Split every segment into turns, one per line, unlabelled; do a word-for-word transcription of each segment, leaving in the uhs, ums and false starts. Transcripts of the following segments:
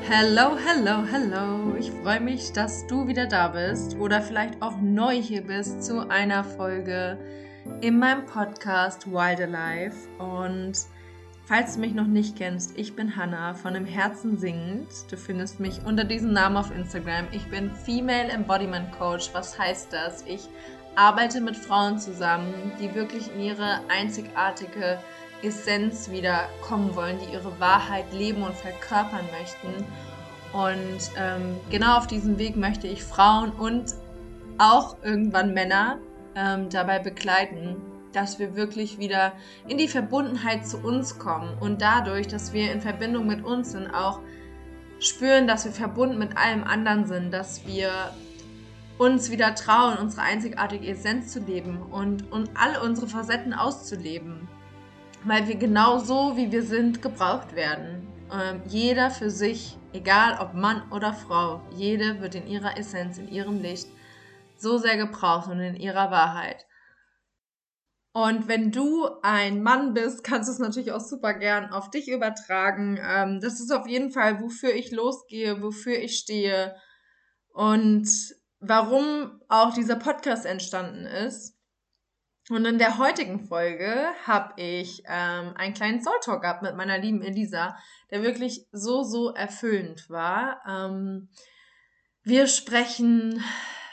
Hello, hello, hello. Ich freue mich, dass du wieder da bist oder vielleicht auch neu hier bist zu einer Folge in meinem Podcast Wild Alive. Und falls du mich noch nicht kennst, ich bin Hannah von Im Herzen singend. Du findest mich unter diesem Namen auf Instagram. Ich bin Female Embodiment Coach. Was heißt das? Ich arbeite mit Frauen zusammen, die wirklich in ihre einzigartige Essenz wieder kommen wollen, die ihre Wahrheit leben und verkörpern möchten. Und ähm, genau auf diesem Weg möchte ich Frauen und auch irgendwann Männer ähm, dabei begleiten, dass wir wirklich wieder in die Verbundenheit zu uns kommen und dadurch, dass wir in Verbindung mit uns sind, auch spüren, dass wir verbunden mit allem anderen sind, dass wir uns wieder trauen, unsere einzigartige Essenz zu leben und, und alle unsere Facetten auszuleben. Weil wir genau so, wie wir sind, gebraucht werden. Ähm, jeder für sich, egal ob Mann oder Frau, jede wird in ihrer Essenz, in ihrem Licht so sehr gebraucht und in ihrer Wahrheit. Und wenn du ein Mann bist, kannst du es natürlich auch super gern auf dich übertragen. Ähm, das ist auf jeden Fall, wofür ich losgehe, wofür ich stehe und warum auch dieser Podcast entstanden ist. Und in der heutigen Folge habe ich ähm, einen kleinen Soul Talk gehabt mit meiner lieben Elisa, der wirklich so, so erfüllend war. Ähm, wir sprechen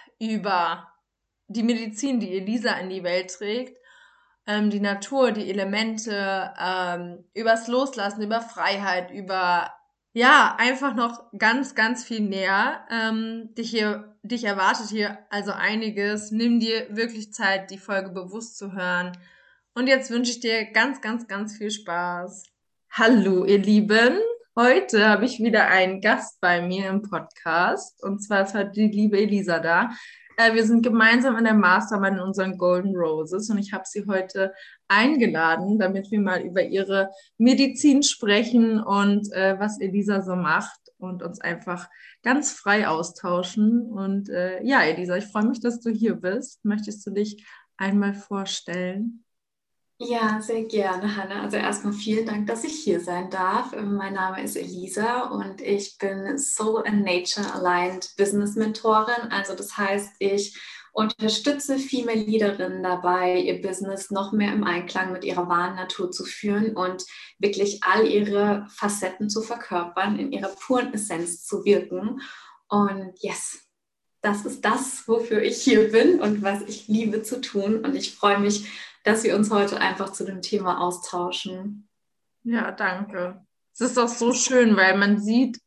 über die Medizin, die Elisa in die Welt trägt, ähm, die Natur, die Elemente, ähm, übers Loslassen, über Freiheit, über ja, einfach noch ganz, ganz viel mehr. Ähm, dich hier, dich erwartet hier also einiges. Nimm dir wirklich Zeit, die Folge bewusst zu hören. Und jetzt wünsche ich dir ganz, ganz, ganz viel Spaß. Hallo, ihr Lieben. Heute habe ich wieder einen Gast bei mir im Podcast. Und zwar ist heute die liebe Elisa da. Äh, wir sind gemeinsam in der Mastermind in unseren Golden Roses. Und ich habe sie heute eingeladen, damit wir mal über ihre Medizin sprechen und äh, was Elisa so macht und uns einfach ganz frei austauschen. Und äh, ja, Elisa, ich freue mich, dass du hier bist. Möchtest du dich einmal vorstellen?
Ja, sehr gerne, Hannah. Also erstmal vielen Dank, dass ich hier sein darf. Mein Name ist Elisa und ich bin Soul and Nature Aligned Business Mentorin. Also das heißt, ich unterstütze Female Leaderinnen dabei, ihr Business noch mehr im Einklang mit ihrer wahren Natur zu führen und wirklich all ihre Facetten zu verkörpern, in ihrer puren Essenz zu wirken. Und yes, das ist das, wofür ich hier bin und was ich liebe zu tun. Und ich freue mich, dass wir uns heute einfach zu dem Thema austauschen.
Ja, danke. Es ist auch so schön, weil man sieht,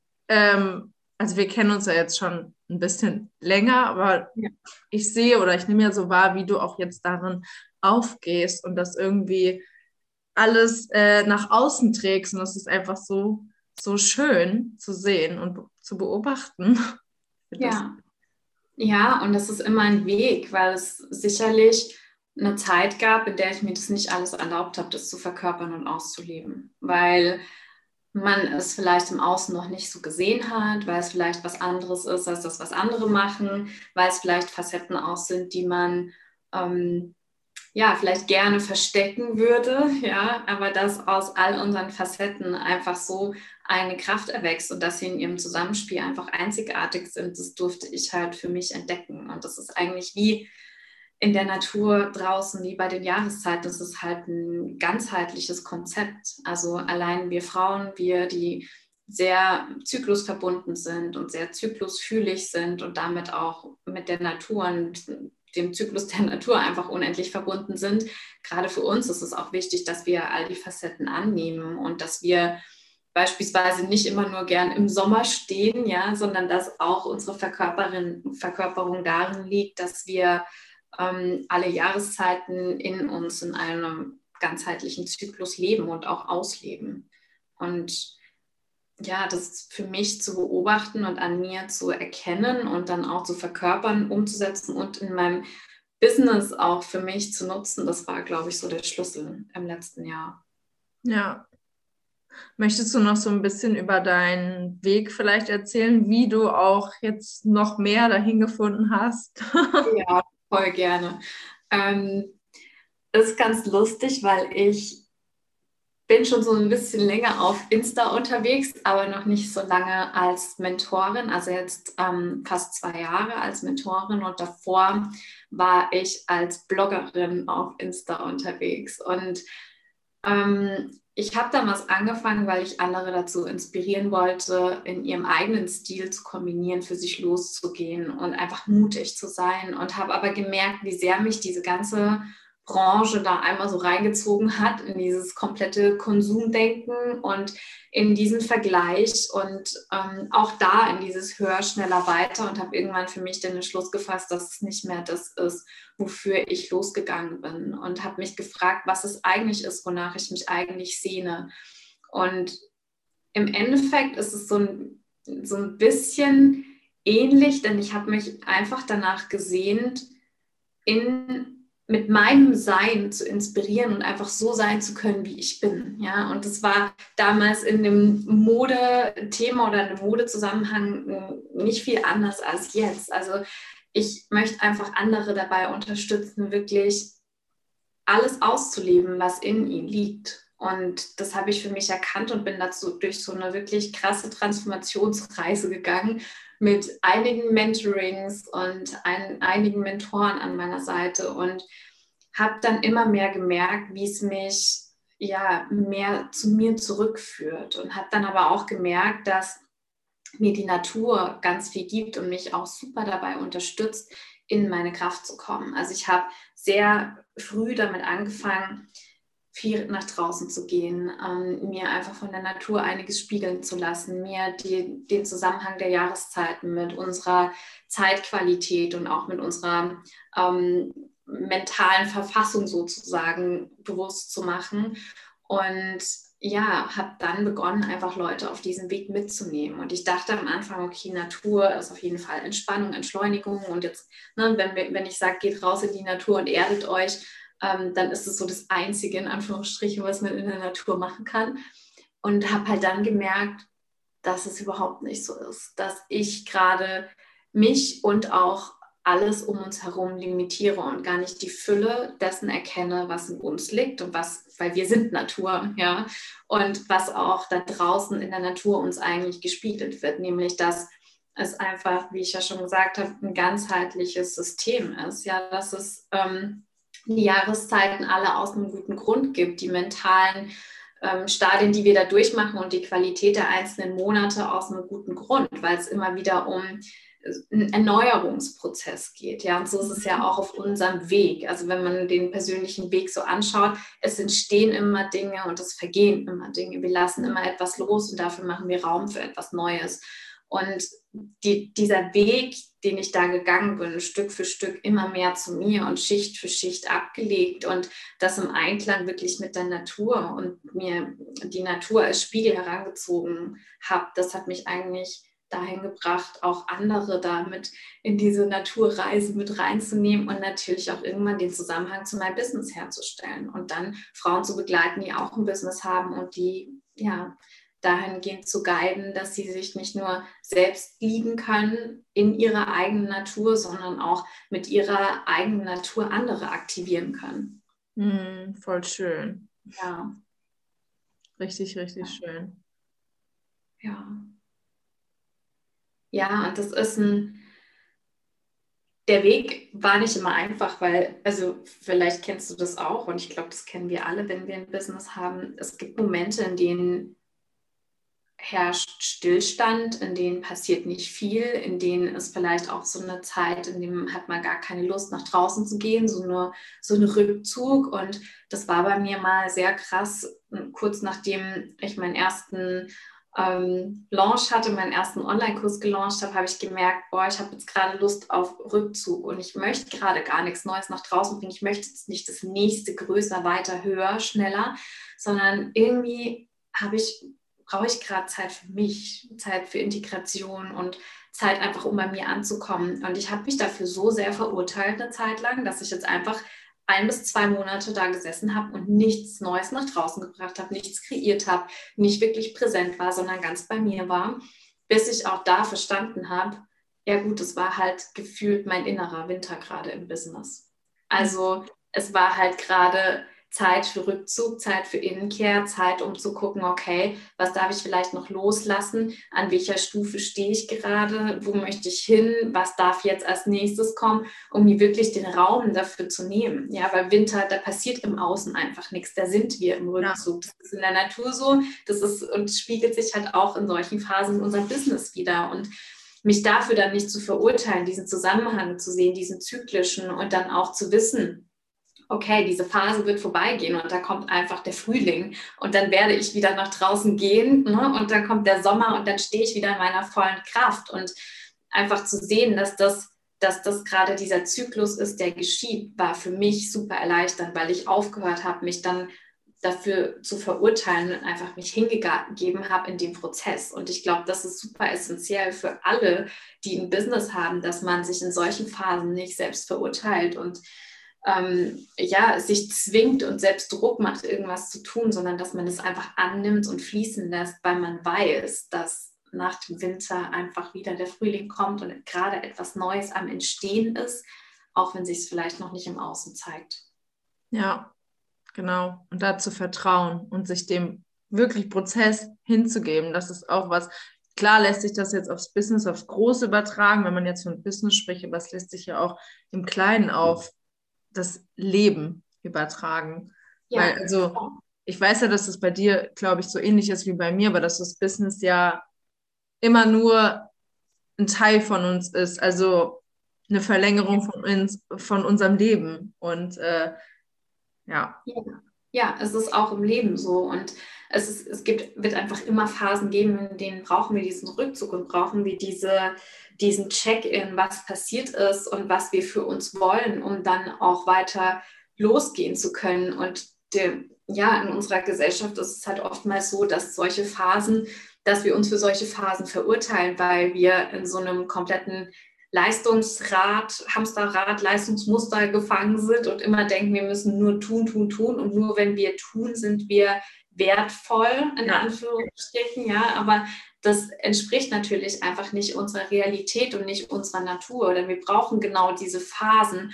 ähm, also wir kennen uns ja jetzt schon ein bisschen länger, aber
Ja.
ich sehe oder ich nehme ja so wahr, wie du auch jetzt darin aufgehst und das irgendwie alles äh, nach außen trägst. Und das ist einfach so, so schön zu sehen und be- zu beobachten. Das,
Ja. Ja, und das ist immer ein Weg, weil es sicherlich eine Zeit gab, in der ich mir das nicht alles erlaubt habe, das zu verkörpern und auszuleben, weil man es vielleicht im Außen noch nicht so gesehen hat, weil es vielleicht was anderes ist als das, was andere machen, weil es vielleicht Facetten auch sind, die man ähm, ja, vielleicht gerne verstecken würde, ja, aber dass aus all unseren Facetten einfach so eine Kraft erwächst und dass sie in ihrem Zusammenspiel einfach einzigartig sind, das durfte ich halt für mich entdecken. Und das ist eigentlich wie in der Natur draußen, wie bei den Jahreszeiten. Das ist halt ein ganzheitliches Konzept. Also allein wir Frauen, wir, die sehr zyklusverbunden sind und sehr zyklusfühlig sind und damit auch mit der Natur und dem Zyklus der Natur einfach unendlich verbunden sind. Gerade für uns ist es auch wichtig, dass wir all die Facetten annehmen und dass wir beispielsweise nicht immer nur gern im Sommer stehen, ja, sondern dass auch unsere Verkörperung darin liegt, dass wir ähm, alle Jahreszeiten in uns in einem ganzheitlichen Zyklus leben und auch ausleben. Und ja, das für mich zu beobachten und an mir zu erkennen und dann auch zu verkörpern, umzusetzen und in meinem Business auch für mich zu nutzen, das war, glaube ich, so der Schlüssel im letzten Jahr.
ja. Möchtest du noch so ein bisschen über deinen Weg vielleicht erzählen, wie du auch jetzt noch mehr dahin gefunden hast?
Ja, voll gerne. Ähm, das ist ganz lustig, weil ich bin schon so ein bisschen länger auf Insta unterwegs, aber noch nicht so lange als Mentorin, also jetzt ähm, fast zwei Jahre als Mentorin und davor war ich als Bloggerin auf Insta unterwegs und ähm, ich habe damals angefangen, weil ich andere dazu inspirieren wollte, in ihrem eigenen Stil zu kombinieren, für sich loszugehen und einfach mutig zu sein und habe aber gemerkt, wie sehr mich diese ganze Branche da einmal so reingezogen hat in dieses komplette Konsumdenken und in diesen Vergleich und ähm, auch da in dieses höher, schneller, weiter und habe irgendwann für mich den Entschluss gefasst, dass es nicht mehr das ist, wofür ich losgegangen bin und habe mich gefragt, was es eigentlich ist, wonach ich mich eigentlich sehne. Und im Endeffekt ist es so ein, so ein bisschen ähnlich, denn ich habe mich einfach danach gesehnt, in mit meinem Sein zu inspirieren und einfach so sein zu können, wie ich bin. Ja? Und das war damals in dem Modethema oder in dem Modezusammenhang nicht viel anders als jetzt. Also ich möchte einfach andere dabei unterstützen, wirklich alles auszuleben, was in ihnen liegt. Und das habe ich für mich erkannt und bin dazu durch so eine wirklich krasse Transformationsreise gegangen mit einigen Mentorings und ein, einigen Mentoren an meiner Seite und habe dann immer mehr gemerkt, wie es mich ja mehr zu mir zurückführt und habe dann aber auch gemerkt, dass mir die Natur ganz viel gibt und mich auch super dabei unterstützt, in meine Kraft zu kommen. Also ich habe sehr früh damit angefangen, viel nach draußen zu gehen, ähm, mir einfach von der Natur einiges spiegeln zu lassen, mir die, den Zusammenhang der Jahreszeiten mit unserer Zeitqualität und auch mit unserer ähm, mentalen Verfassung sozusagen bewusst zu machen. Und ja, habe dann begonnen, einfach Leute auf diesem Weg mitzunehmen. Und ich dachte am Anfang, okay, Natur ist auf jeden Fall Entspannung, Entschleunigung. Und jetzt, ne, wenn, wenn ich sage, geht raus in die Natur und erdet euch, ähm, dann ist es so das Einzige, in Anführungsstrichen, was man in der Natur machen kann. Und habe halt dann gemerkt, dass es überhaupt nicht so ist, dass ich gerade mich und auch alles um uns herum limitiere und gar nicht die Fülle dessen erkenne, was in uns liegt und was, weil wir sind Natur, ja, und was auch da draußen in der Natur uns eigentlich gespiegelt wird, nämlich dass es einfach, wie ich ja schon gesagt habe, ein ganzheitliches System ist, ja, dass es ähm, die Jahreszeiten alle aus einem guten Grund gibt, die mentalen ähm, Stadien, die wir da durchmachen und die Qualität der einzelnen Monate aus einem guten Grund, weil es immer wieder um einen Erneuerungsprozess geht. Ja, und so ist es ja auch auf unserem Weg. Also wenn man den persönlichen Weg so anschaut, es entstehen immer Dinge und es vergehen immer Dinge. Wir lassen immer etwas los und dafür machen wir Raum für etwas Neues. Und die, dieser Weg, den ich da gegangen bin, Stück für Stück immer mehr zu mir und Schicht für Schicht abgelegt und das im Einklang wirklich mit der Natur und mir die Natur als Spiegel herangezogen habe, das hat mich eigentlich dahin gebracht, auch andere damit in diese Naturreise mit reinzunehmen und natürlich auch irgendwann den Zusammenhang zu meinem Business herzustellen und dann Frauen zu begleiten, die auch ein Business haben und die ja dahingehend zu guiden, dass sie sich nicht nur selbst lieben können in ihrer eigenen Natur, sondern auch mit ihrer eigenen Natur andere aktivieren können.
Hm, voll schön.
Ja.
Richtig, richtig
Ja.
schön.
Ja. Ja, und das ist ein, der Weg war nicht immer einfach, weil, also vielleicht kennst du das auch und ich glaube, das kennen wir alle, wenn wir ein Business haben. Es gibt Momente, in denen herrscht Stillstand, in denen passiert nicht viel, in denen ist vielleicht auch so eine Zeit, in dem hat man gar keine Lust, nach draußen zu gehen, so, nur, so ein Rückzug. Und das war bei mir mal sehr krass, kurz nachdem ich meinen ersten ähm, Launch hatte, meinen ersten Online-Kurs gelauncht habe, habe ich gemerkt, boah, ich habe jetzt gerade Lust auf Rückzug und ich möchte gerade gar nichts Neues nach draußen bringen. Ich möchte jetzt nicht das nächste größer, weiter, höher, schneller, sondern irgendwie habe ich brauche ich gerade Zeit für mich, Zeit für Integration und Zeit einfach, um bei mir anzukommen. Und ich habe mich dafür so sehr verurteilt eine Zeit lang, dass ich jetzt einfach ein bis zwei Monate da gesessen habe und nichts Neues nach draußen gebracht habe, nichts kreiert habe, nicht wirklich präsent war, sondern ganz bei mir war, bis ich auch da verstanden habe, ja gut, es war halt gefühlt mein innerer Winter gerade im Business. Also es war halt gerade Zeit für Rückzug, Zeit für Innenkehr, Zeit, um zu gucken, okay, was darf ich vielleicht noch loslassen, an welcher Stufe stehe ich gerade, wo möchte ich hin, was darf jetzt als nächstes kommen, um mir wirklich den Raum dafür zu nehmen. Ja, weil Winter, da passiert im Außen einfach nichts, da sind wir im Rückzug. Ja. Das ist in der Natur so, das ist und spiegelt sich halt auch in solchen Phasen in unserem Business wieder. Und mich dafür dann nicht zu verurteilen, diesen Zusammenhang zu sehen, diesen zyklischen und dann auch zu wissen, okay, diese Phase wird vorbeigehen und da kommt einfach der Frühling und dann werde ich wieder nach draußen gehen, ne? Und dann kommt der Sommer und dann stehe ich wieder in meiner vollen Kraft und einfach zu sehen, dass das, dass das gerade dieser Zyklus ist, der geschieht, war für mich super erleichternd, weil ich aufgehört habe, mich dann dafür zu verurteilen und einfach mich hingegeben habe in dem Prozess. Und ich glaube, das ist super essentiell für alle, die ein Business haben, dass man sich in solchen Phasen nicht selbst verurteilt und ähm, ja, sich zwingt und selbst Druck macht, irgendwas zu tun, sondern dass man es einfach annimmt und fließen lässt, weil man weiß, dass nach dem Winter einfach wieder der Frühling kommt und gerade etwas Neues am Entstehen ist, auch wenn sich es vielleicht noch nicht im Außen zeigt.
Ja, genau. Und dazu vertrauen und sich dem wirklich Prozess hinzugeben, das ist auch was. Klar lässt sich das jetzt aufs Business, aufs Große übertragen, wenn man jetzt von Business spricht, aber es lässt sich ja auch im Kleinen auf das Leben übertragen. Ja. Weil, also, ich weiß ja, dass es bei dir, glaube ich, so ähnlich ist wie bei mir, aber dass das Business ja immer nur ein Teil von uns ist, also eine Verlängerung von uns, von unserem Leben. Und äh, ja.
ja. Ja, es ist auch im Leben so und es, ist, es gibt, wird einfach immer Phasen geben, in denen brauchen wir diesen Rückzug und brauchen wir diese, diesen Check-in, was passiert ist und was wir für uns wollen, um dann auch weiter losgehen zu können. Und die, ja, in unserer Gesellschaft ist es halt oftmals so, dass solche Phasen, dass wir uns für solche Phasen verurteilen, weil wir in so einem kompletten Leistungsrad, Hamsterrad, Leistungsmuster gefangen sind und immer denken, wir müssen nur tun, tun, tun und nur wenn wir tun, sind wir wertvoll, in ja. Anführungsstrichen, ja, aber das entspricht natürlich einfach nicht unserer Realität und nicht unserer Natur, oder wir brauchen genau diese Phasen,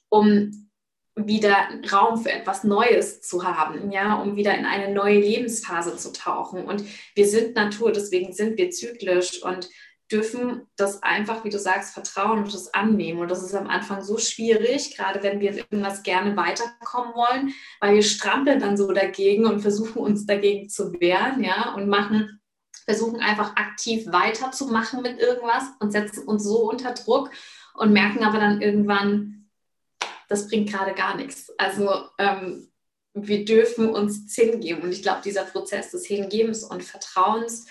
um wieder Raum für etwas Neues zu haben, ja, um wieder in eine neue Lebensphase zu tauchen und wir sind Natur, deswegen sind wir zyklisch und dürfen das einfach, wie du sagst, vertrauen und das annehmen. Und das ist am Anfang so schwierig, gerade wenn wir in irgendwas gerne weiterkommen wollen, weil wir strampeln dann so dagegen und versuchen uns dagegen zu wehren, ja, und machen, versuchen einfach aktiv weiterzumachen mit irgendwas und setzen uns so unter Druck und merken aber dann irgendwann, das bringt gerade gar nichts. Also ähm, wir dürfen uns hingeben. Und ich glaube, dieser Prozess des Hingebens und Vertrauens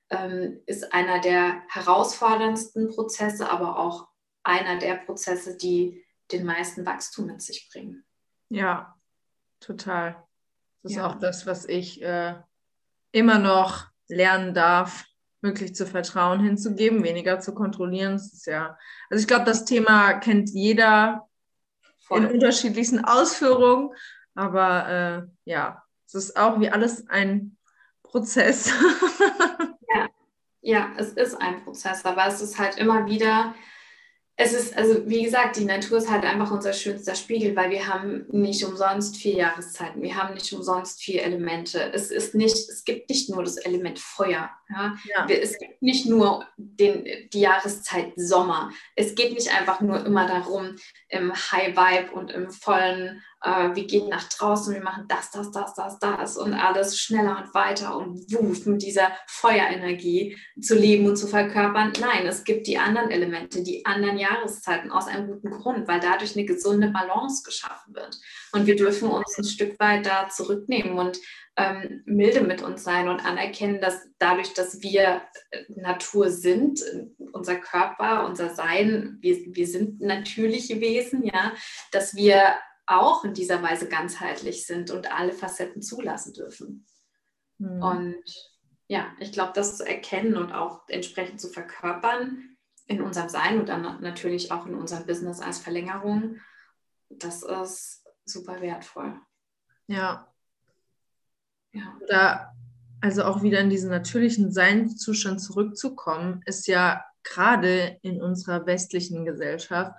ist einer der herausforderndsten Prozesse, aber auch einer der Prozesse, die den meisten Wachstum mit sich bringen.
Ja, total. Das ist ja auch das, was ich äh, immer noch lernen darf, wirklich zu vertrauen, hinzugeben, weniger zu kontrollieren. Das ist ja, also ich glaube, das Thema kennt jeder Voll. In unterschiedlichsten Ausführungen, aber äh, ja, es ist auch wie alles ein Prozess.
Ja. Ja, es ist ein Prozess, aber es ist halt immer wieder, es ist, also wie gesagt, die Natur ist halt einfach unser schönster Spiegel, weil wir haben nicht umsonst vier Jahreszeiten, wir haben nicht umsonst vier Elemente. Es ist nicht, es gibt nicht nur das Element Feuer, ja? Ja. Es gibt nicht nur den, die Jahreszeit Sommer. Es geht nicht einfach nur immer darum, im High Vibe und im vollen Uh, wir gehen nach draußen, wir machen das, das, das, das, das und alles schneller und weiter und wuff, mit dieser Feuerenergie zu leben und zu verkörpern. Nein, es gibt die anderen Elemente, die anderen Jahreszeiten aus einem guten Grund, weil dadurch eine gesunde Balance geschaffen wird. Und wir dürfen uns ein Stück weit da zurücknehmen und ähm, milde mit uns sein und anerkennen, dass dadurch, dass wir Natur sind, unser Körper, unser Sein, wir, wir sind natürliche Wesen, ja, dass wir auch in dieser Weise ganzheitlich sind und alle Facetten zulassen dürfen. Mhm. Und ja, ich glaube, das zu erkennen und auch entsprechend zu verkörpern in unserem Sein und dann natürlich auch in unserem Business als Verlängerung, das ist super wertvoll.
Ja. Ja. Da, also auch wieder in diesen natürlichen Seinszustand zurückzukommen, ist ja gerade in unserer westlichen Gesellschaft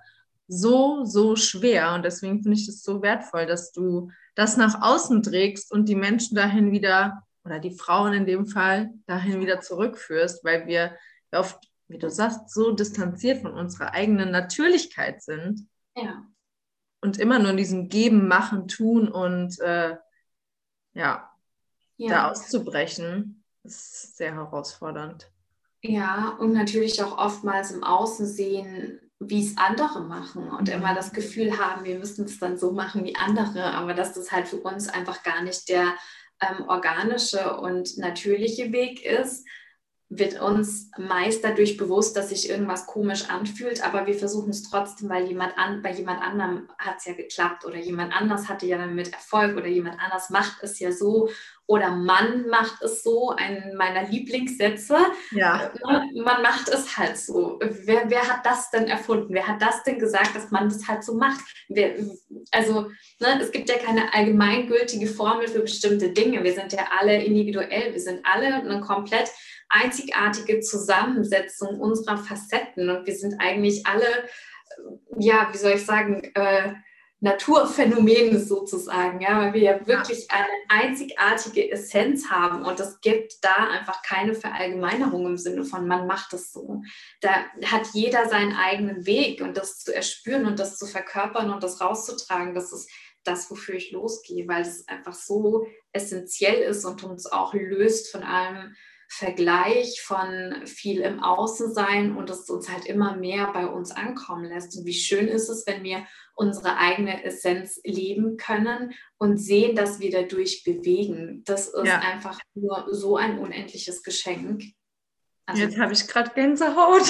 so, so schwer. Und deswegen finde ich es so wertvoll, dass du das nach außen trägst und die Menschen dahin wieder, oder die Frauen in dem Fall, dahin wieder zurückführst, weil wir oft, wie du sagst, so distanziert von unserer eigenen Natürlichkeit sind
Ja.
und immer nur in diesem Geben, Machen, Tun und äh, ja,
Ja.
da auszubrechen, ist sehr herausfordernd.
Ja, und natürlich auch oftmals im Außen sehen, wie es andere machen und
Mhm.
immer das Gefühl haben, wir müssen es dann so machen wie andere, aber dass das halt für uns einfach gar nicht der ähm, organische und natürliche Weg ist, wird uns meist dadurch bewusst, dass sich irgendwas komisch anfühlt, aber wir versuchen es trotzdem, weil jemand an, bei jemand anderem hat es ja geklappt oder jemand anders hatte ja damit Erfolg oder jemand anders macht es ja so oder man macht es so, ein meiner Lieblingssätze.
Ja.
Man macht es halt so. Wer, wer hat das denn erfunden? Wer hat das denn gesagt, dass man das halt so macht? Wer, also ne, es gibt ja keine allgemeingültige Formel für bestimmte Dinge. Wir sind ja alle individuell. Wir sind alle eine komplett einzigartige Zusammensetzung unserer Facetten und wir sind eigentlich alle, ja, wie soll ich sagen, äh, Naturphänomene sozusagen, ja, weil wir ja wirklich eine einzigartige Essenz haben und es gibt da einfach keine Verallgemeinerung im Sinne von, man macht es so. Da hat jeder seinen eigenen Weg und das zu erspüren und das zu verkörpern und das rauszutragen, das ist das, wofür ich losgehe, weil es einfach so essentiell ist und uns auch löst von allem Vergleich, von viel im Außen sein und es uns halt immer mehr bei uns ankommen lässt. Und wie schön ist es, wenn wir unsere eigene Essenz leben können und sehen, dass wir dadurch bewegen. Das ist
Ja.
einfach nur so ein unendliches Geschenk.
Also, jetzt habe ich gerade Gänsehaut.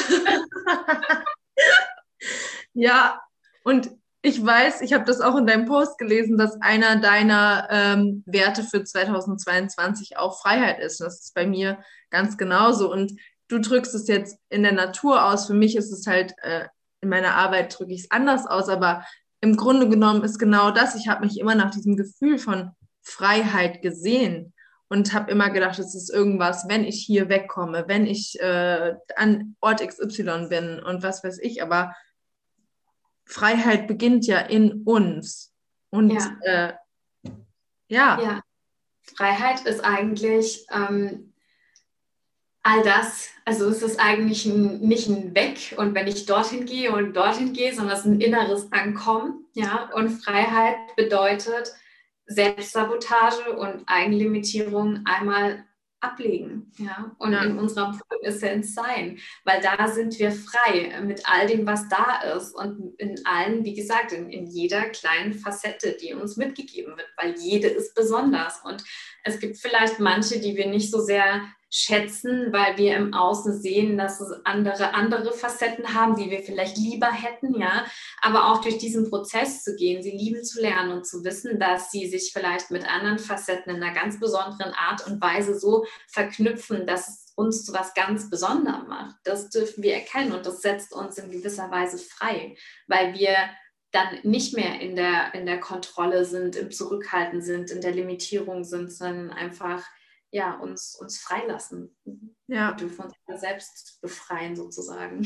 Ja, und ich weiß, ich habe das auch in deinem Post gelesen, dass einer deiner ähm, Werte für zweitausendzweiundzwanzig auch Freiheit ist. Das ist bei mir ganz genauso. Und du drückst es jetzt in der Natur aus. Für mich ist es halt, äh, in meiner Arbeit drücke ich es anders aus. Aber im Grunde genommen ist genau das. Ich habe mich immer nach diesem Gefühl von Freiheit gesehen und habe immer gedacht, es ist irgendwas, wenn ich hier wegkomme, wenn ich äh, an Ort X Y bin und was weiß ich. Aber Freiheit beginnt ja in uns. Und
ja.
Äh, ja.
ja. Freiheit ist eigentlich ähm, all das, also es ist eigentlich ein, nicht ein Weg und wenn ich dorthin gehe und dorthin gehe, sondern es ist ein inneres Ankommen. Ja? Und Freiheit bedeutet Selbstsabotage und Eigenlimitierung einmal ablegen, ja, und
Ja.
in unserer Essenz sein, weil da sind wir frei mit all dem, was da ist und in allen, wie gesagt, in, in jeder kleinen Facette, die uns mitgegeben wird, weil jede ist besonders und es gibt vielleicht manche, die wir nicht so sehr schätzen, weil wir im Außen sehen, dass es andere, andere Facetten haben, die wir vielleicht lieber hätten, ja, aber auch durch diesen Prozess zu gehen, sie lieben zu lernen und zu wissen, dass sie sich vielleicht mit anderen Facetten in einer ganz besonderen Art und Weise so verknüpfen, dass es uns zu was ganz Besonderem macht. Das dürfen wir erkennen und das setzt uns in gewisser Weise frei, weil wir dann nicht mehr in der, in der Kontrolle sind, im Zurückhalten sind, in der Limitierung sind, sondern einfach ja, uns, uns freilassen.
Ja.
Wir dürfen uns selbst befreien sozusagen.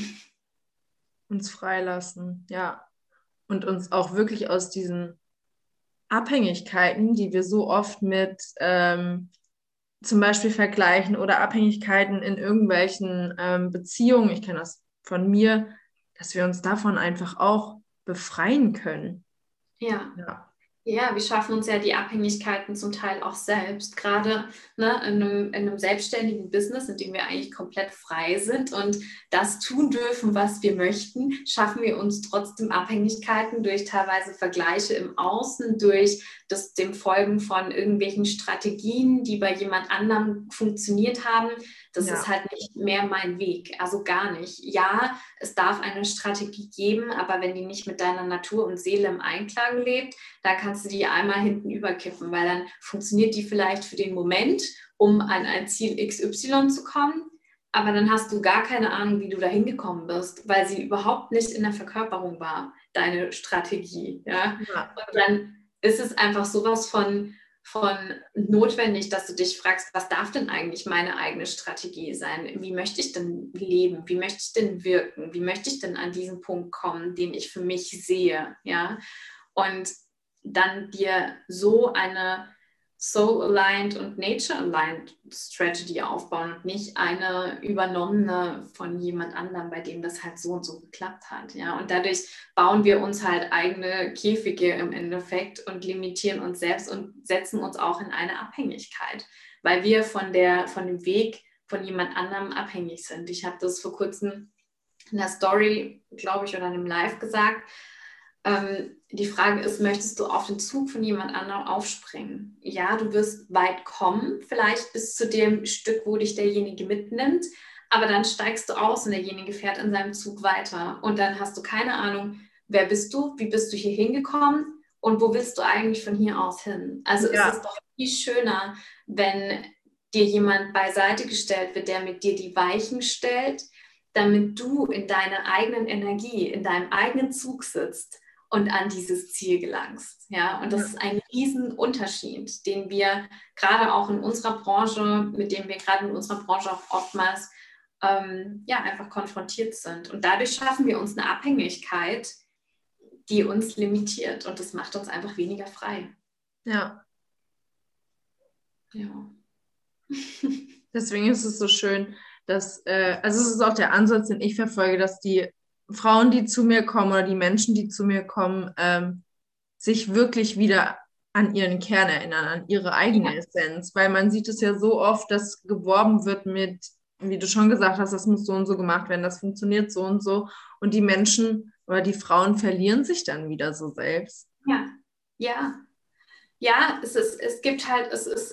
Uns freilassen, ja. Und uns auch wirklich aus diesen Abhängigkeiten, die wir so oft mit ähm, zum Beispiel vergleichen oder Abhängigkeiten in irgendwelchen ähm, Beziehungen, ich kenne das von mir, dass wir uns davon einfach auch befreien können.
Ja.
Ja.
Ja, wir schaffen uns ja die Abhängigkeiten zum Teil auch selbst, gerade ne, in, einem, in einem selbstständigen Business, in dem wir eigentlich komplett frei sind und das tun dürfen, was wir möchten, schaffen wir uns trotzdem Abhängigkeiten durch teilweise Vergleiche im Außen, durch das dem Folgen von irgendwelchen Strategien, die bei jemand anderem funktioniert haben. Das
Ja.
ist halt nicht mehr mein Weg, also gar nicht. Ja, es darf eine Strategie geben, aber wenn die nicht mit deiner Natur und Seele im Einklang lebt, dann kannst du die einmal hinten überkippen, weil dann funktioniert die vielleicht für den Moment, um an ein Ziel X Y zu kommen, aber dann hast du gar keine Ahnung, wie du da hingekommen bist, weil sie überhaupt nicht in der Verkörperung war, deine Strategie. Ja?
Ja.
Und dann ist es einfach sowas von von notwendig, dass du dich fragst, was darf denn eigentlich meine eigene Strategie sein? Wie möchte ich denn leben? Wie möchte ich denn wirken? Wie möchte ich denn an diesen Punkt kommen, den ich für mich sehe? Ja? Und dann dir so eine Soul-aligned und Nature-aligned Strategy aufbauen und nicht eine übernommene von jemand anderem, bei dem das halt so und so geklappt hat. Ja? Und dadurch bauen wir uns halt eigene Käfige im Endeffekt und limitieren uns selbst und setzen uns auch in eine Abhängigkeit, weil wir von, der, von dem Weg von jemand anderem abhängig sind. Ich habe das vor kurzem in der Story, glaube ich, oder in einem Live gesagt. Ähm, die Frage ist, möchtest du auf den Zug von jemand anderem aufspringen? Ja, du wirst weit kommen, vielleicht bis zu dem Stück, wo dich derjenige mitnimmt, aber dann steigst du aus und derjenige fährt in seinem Zug weiter und dann hast du keine Ahnung, wer bist du, wie bist du hier hingekommen und wo willst du eigentlich von hier aus hin? Also ja. Es ist doch viel schöner, wenn dir jemand beiseite gestellt wird, der mit dir die Weichen stellt, damit du in deiner eigenen Energie, in deinem eigenen Zug sitzt und an dieses Ziel gelangst. Ja? Und das ja. ist ein Riesenunterschied, den wir gerade auch in unserer Branche, mit dem wir gerade in unserer Branche auch oftmals ähm, ja, einfach konfrontiert sind. Und dadurch schaffen wir uns eine Abhängigkeit, die uns limitiert. Und das macht uns einfach weniger frei.
Ja.
Ja.
Deswegen ist es so schön, dass, äh, also es ist auch der Ansatz, den ich verfolge, dass die Frauen, die zu mir kommen oder die Menschen, die zu mir kommen, ähm, sich wirklich wieder an ihren Kern erinnern, an ihre eigene ja. Essenz, weil man sieht es ja so oft, dass geworben wird mit, wie du schon gesagt hast, das muss so und so gemacht werden, das funktioniert so und so und die Menschen oder die Frauen verlieren sich dann wieder so selbst.
Ja, ja, ja, es ist, es gibt halt, es ist,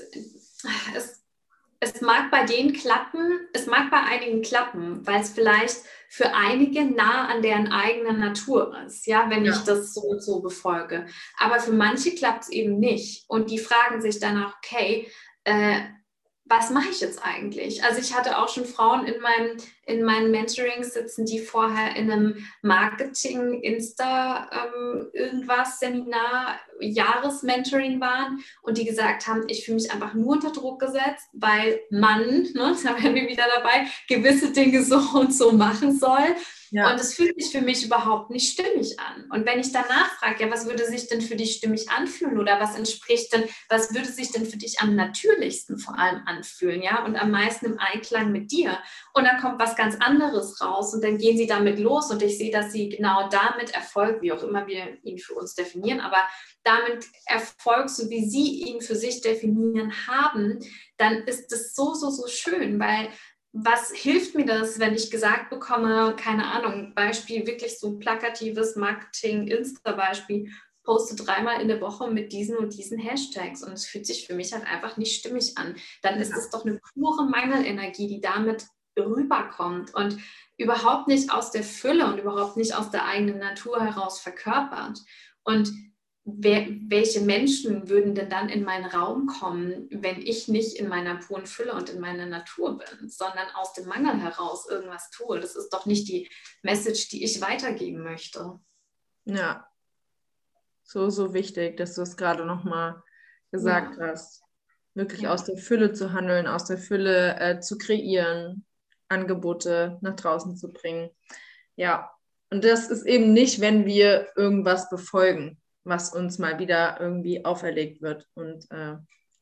es Es mag bei denen klappen, es mag bei einigen klappen, weil es vielleicht für einige nah an deren eigener Natur ist, ja, wenn ja. ich das so und so befolge. Aber für manche klappt es eben nicht. Und die fragen sich danach, okay, äh, was mache ich jetzt eigentlich? Also ich hatte auch schon Frauen in meinem, in meinen Mentorings sitzen, die vorher in einem Marketing, Insta, ähm, irgendwas, Seminar, Jahresmentoring waren und die gesagt haben, ich fühle mich einfach nur unter Druck gesetzt, weil man, ne, da wären wir wieder dabei, gewisse Dinge so und so machen soll. Ja. Und es fühlt sich für mich überhaupt nicht stimmig an. Und wenn ich danach frage, ja, was würde sich denn für dich stimmig anfühlen oder was entspricht denn, was würde sich denn für dich am natürlichsten vor allem anfühlen, ja, und am meisten im Einklang mit dir. Und dann kommt was ganz anderes raus und dann gehen sie damit los und ich sehe, dass sie genau damit Erfolg, wie auch immer wir ihn für uns definieren, aber damit Erfolg, so wie sie ihn für sich definieren haben, dann ist das so, so, so schön, weil was hilft mir das, wenn ich gesagt bekomme, keine Ahnung, Beispiel, wirklich so ein plakatives Marketing-Insta-Beispiel, poste dreimal in der Woche mit diesen und diesen Hashtags und es fühlt sich für mich halt einfach nicht stimmig an. Dann ist es doch eine pure Mangelenergie, die damit rüberkommt und überhaupt nicht aus der Fülle und überhaupt nicht aus der eigenen Natur heraus verkörpert. Und Wer, welche Menschen würden denn dann in meinen Raum kommen, wenn ich nicht in meiner puren Fülle und in meiner Natur bin, sondern aus dem Mangel heraus irgendwas tue? Das ist doch nicht die Message, die ich weitergeben möchte.
Ja, so, so wichtig, dass du es gerade nochmal gesagt ja. hast. Wirklich ja. aus der Fülle zu handeln, aus der Fülle äh, zu kreieren, Angebote nach draußen zu bringen. Ja, und das ist eben nicht, wenn wir irgendwas befolgen, was uns mal wieder irgendwie auferlegt wird. Und äh,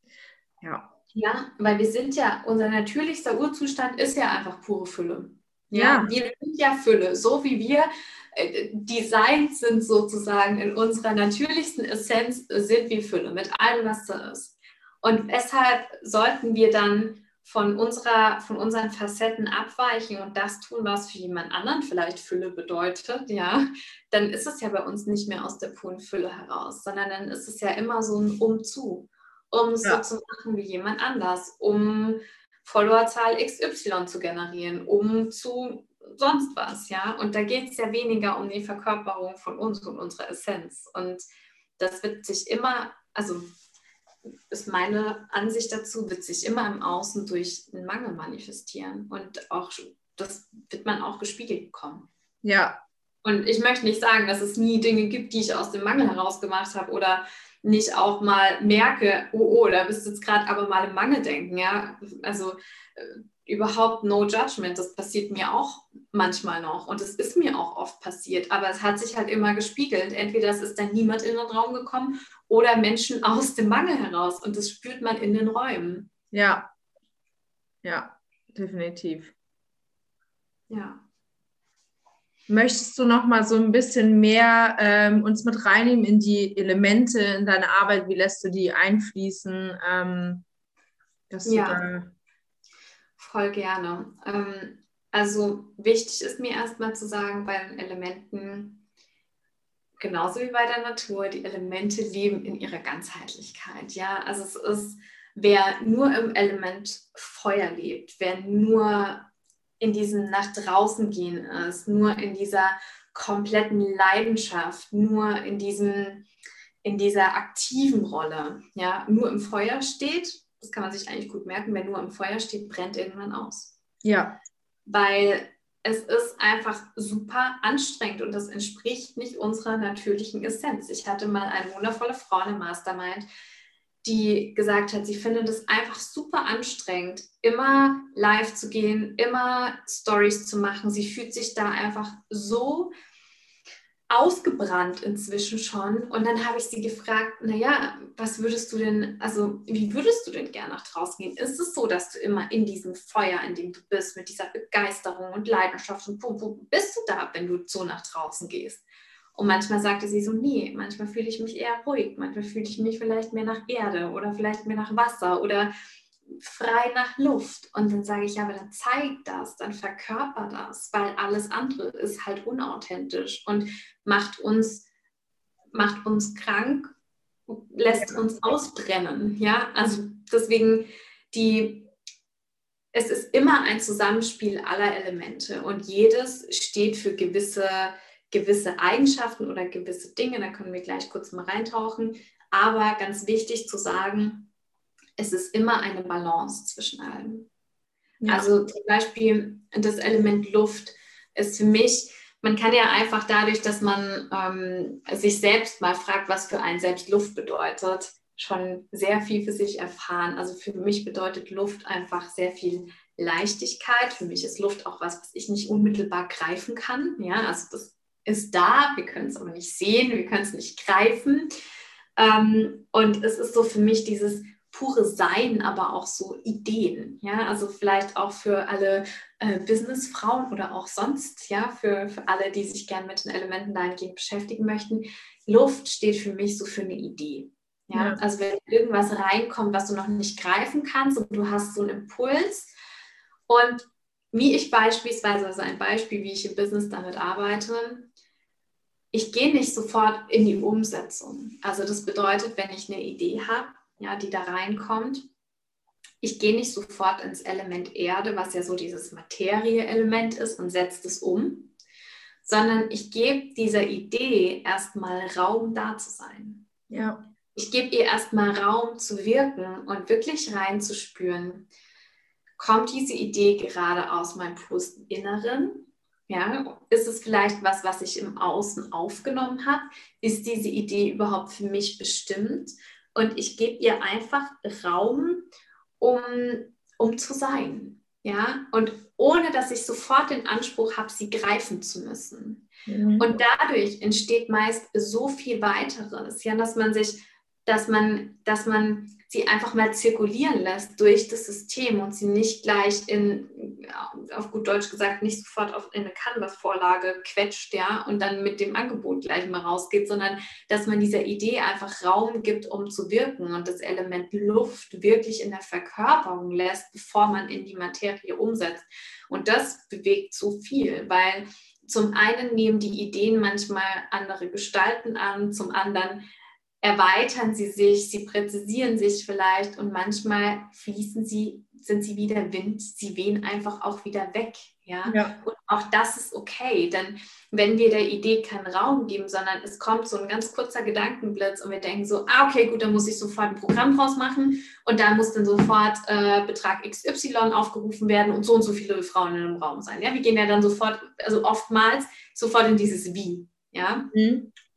ja.
Ja, weil wir sind ja, unser natürlichster Urzustand ist ja einfach pure Fülle. Ja, ja. Wir sind ja Fülle, so wie wir äh, designt sind sozusagen in unserer natürlichsten Essenz, sind wir Fülle mit allem, was da ist. Und weshalb sollten wir dann von, unserer, von unseren Facetten abweichen und das tun, was für jemand anderen vielleicht Fülle bedeutet, ja, dann ist es ja bei uns nicht mehr aus der puren Fülle heraus, sondern dann ist es ja immer so ein Umzu, um es ja. so zu machen wie jemand anders, um Followerzahl X Y zu generieren, um zu sonst was, ja, und da geht es ja weniger um die Verkörperung von uns und unserer Essenz und das wird sich immer, also ist meine Ansicht dazu, wird sich immer im Außen durch einen Mangel manifestieren und auch das wird man auch gespiegelt bekommen.
Ja.
Und ich möchte nicht sagen, dass es nie Dinge gibt, die ich aus dem Mangel heraus gemacht habe oder nicht auch mal merke, oh, oh, da bist du jetzt gerade aber mal im Mangeldenken, ja, also äh, überhaupt no judgment, das passiert mir auch manchmal noch und es ist mir auch oft passiert, aber es hat sich halt immer gespiegelt, entweder es ist dann niemand in den Raum gekommen oder Menschen aus dem Mangel heraus und das spürt man in den Räumen.
Ja, ja, definitiv.
Ja.
Möchtest du noch mal so ein bisschen mehr ähm, uns mit reinnehmen in die Elemente in deine Arbeit? Wie lässt du die einfließen? Ähm, dass du
Ja,
da...
voll gerne. Ähm, also wichtig ist mir erstmal zu sagen, bei den Elementen, genauso wie bei der Natur, die Elemente leben in ihrer Ganzheitlichkeit. Ja, also es ist, wer nur im Element Feuer lebt, wer nur in diesem nach draußen gehen ist, nur in dieser kompletten Leidenschaft, nur in diesem, in dieser aktiven Rolle, ja, nur im Feuer steht, das kann man sich eigentlich gut merken, wer nur im Feuer steht, brennt irgendwann aus.
Ja.
Weil es ist einfach super anstrengend und das entspricht nicht unserer natürlichen Essenz. Ich hatte mal eine wundervolle Frau im Mastermind, die gesagt hat, sie findet es einfach super anstrengend, immer live zu gehen, immer Stories zu machen. Sie fühlt sich da einfach so ausgebrannt inzwischen schon. Und dann habe ich sie gefragt, naja, was würdest du denn, also wie würdest du denn gerne nach draußen gehen? Ist es so, dass du immer in diesem Feuer, in dem du bist, mit dieser Begeisterung und Leidenschaft und wo, wo bist du da, wenn du so nach draußen gehst? Und manchmal sagte sie so, nee, manchmal fühle ich mich eher ruhig, manchmal fühle ich mich vielleicht mehr nach Erde oder vielleicht mehr nach Wasser oder frei nach Luft. Und dann sage ich, ja, aber dann zeig das, dann verkörper das, weil alles andere ist halt unauthentisch und macht uns, macht uns krank, lässt uns ausbrennen. Ja, also deswegen, die, es ist immer ein Zusammenspiel aller Elemente und jedes steht für gewisse, gewisse Eigenschaften oder gewisse Dinge, da können wir gleich kurz mal reintauchen, aber ganz wichtig zu sagen, es ist immer eine Balance zwischen allem. Ja. Also zum Beispiel das Element Luft ist für mich, man kann ja einfach dadurch, dass man ähm, sich selbst mal fragt, was für einen selbst Luft bedeutet, schon sehr viel für sich erfahren. Also für mich bedeutet Luft einfach sehr viel Leichtigkeit. Für mich ist Luft auch was, was ich nicht unmittelbar greifen kann. Ja, also das ist da, wir können es aber nicht sehen, wir können es nicht greifen. Ähm, und es ist so für mich dieses pure Sein, aber auch so Ideen, ja, also vielleicht auch für alle äh, Businessfrauen oder auch sonst, ja, für, für alle, die sich gerne mit den Elementen dahingehend beschäftigen möchten. Luft steht für mich so für eine Idee, ja, ja. Also wenn irgendwas reinkommt, was du noch nicht greifen kannst und du hast so einen Impuls und wie ich beispielsweise, also ein Beispiel, wie ich im Business damit arbeite, ich gehe nicht sofort in die Umsetzung. Also das bedeutet, wenn ich eine Idee habe, ja, die da reinkommt. Ich gehe nicht sofort ins Element Erde, was ja so dieses Materie-Element ist und setze es um, sondern ich gebe dieser Idee erstmal Raum, da zu sein.
Ja.
Ich gebe ihr erstmal Raum zu wirken und wirklich reinzuspüren, kommt diese Idee gerade aus meinem bewussten Inneren? Ja, ist es vielleicht was, was ich im Außen aufgenommen habe? Ist diese Idee überhaupt für mich bestimmt? Und ich gebe ihr einfach Raum, um, um zu sein. Ja? Und ohne, dass ich sofort den Anspruch habe, sie greifen zu müssen. Mhm. Und dadurch entsteht meist so viel Weiteres, ja? dass man sich, dass man, dass man sie einfach mal zirkulieren lässt durch das System und sie nicht gleich in, auf gut Deutsch gesagt, nicht sofort auf in eine Canvas-Vorlage quetscht, ja, und dann mit dem Angebot gleich mal rausgeht, sondern dass man dieser Idee einfach Raum gibt, um zu wirken und das Element Luft wirklich in der Verkörperung lässt, bevor man in die Materie umsetzt. Und das bewegt so viel, weil zum einen nehmen die Ideen manchmal andere Gestalten an, zum anderen erweitern sie sich, sie präzisieren sich vielleicht und manchmal fließen sie, sind sie wie der Wind, sie wehen einfach auch wieder weg. Ja? Ja. Und auch das ist okay, denn wenn wir der Idee keinen Raum geben, sondern es kommt so ein ganz kurzer Gedankenblitz und wir denken so, ah okay, gut, dann muss ich sofort ein Programm draus machen und da muss dann sofort äh, Betrag X Y aufgerufen werden und so und so viele Frauen in einem Raum sein. Ja? Wir gehen ja dann sofort, also oftmals sofort in dieses Wie. Ja? Mhm.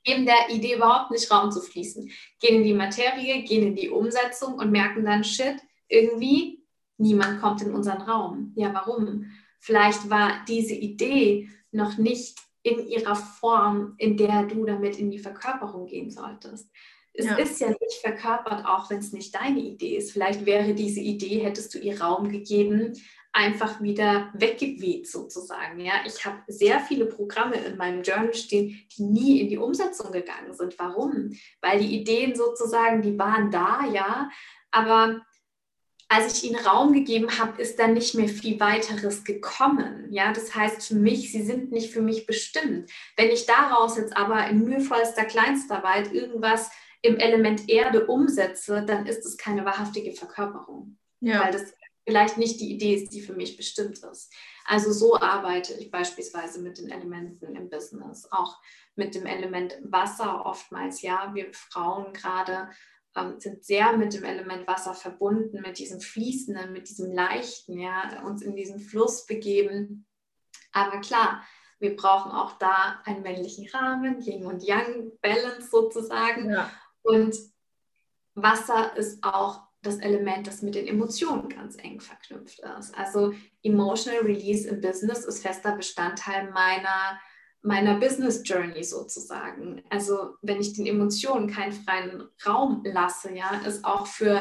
geben der Idee überhaupt nicht Raum zu fließen, gehen in die Materie, gehen in die Umsetzung und merken dann, shit, irgendwie niemand kommt in unseren Raum. Ja, warum? Vielleicht war diese Idee noch nicht in ihrer Form, in der du damit in die Verkörperung gehen solltest. Es ja. ist ja nicht verkörpert, auch wenn es nicht deine Idee ist. Vielleicht wäre diese Idee, hättest du ihr Raum gegeben, einfach wieder weggeweht sozusagen. Ja? Ich habe sehr viele Programme in meinem Journal stehen, die nie in die Umsetzung gegangen sind. Warum? Weil die Ideen sozusagen, die waren da, ja, aber als ich ihnen Raum gegeben habe, ist dann nicht mehr viel weiteres gekommen. Ja, das heißt für mich, sie sind nicht für mich bestimmt. Wenn ich daraus jetzt aber in mühevollster Kleinstarbeit irgendwas im Element Erde umsetze, dann ist es keine wahrhaftige Verkörperung. Ja. Weil das vielleicht nicht die Idee ist, die für mich bestimmt ist. Also so arbeite ich beispielsweise mit den Elementen im Business, auch mit dem Element Wasser oftmals. Ja, wir Frauen gerade ähm, sind sehr mit dem Element Wasser verbunden, mit diesem Fließenden, mit diesem Leichten, ja, uns in diesen Fluss begeben. Aber klar, wir brauchen auch da einen männlichen Rahmen, Yin und Yang, Balance sozusagen. Ja. Und Wasser ist auch das Element, das mit den Emotionen ganz eng verknüpft ist. Also Emotional Release im Business ist fester Bestandteil meiner, meiner Business Journey sozusagen. Also wenn ich den Emotionen keinen freien Raum lasse, ja, ist auch für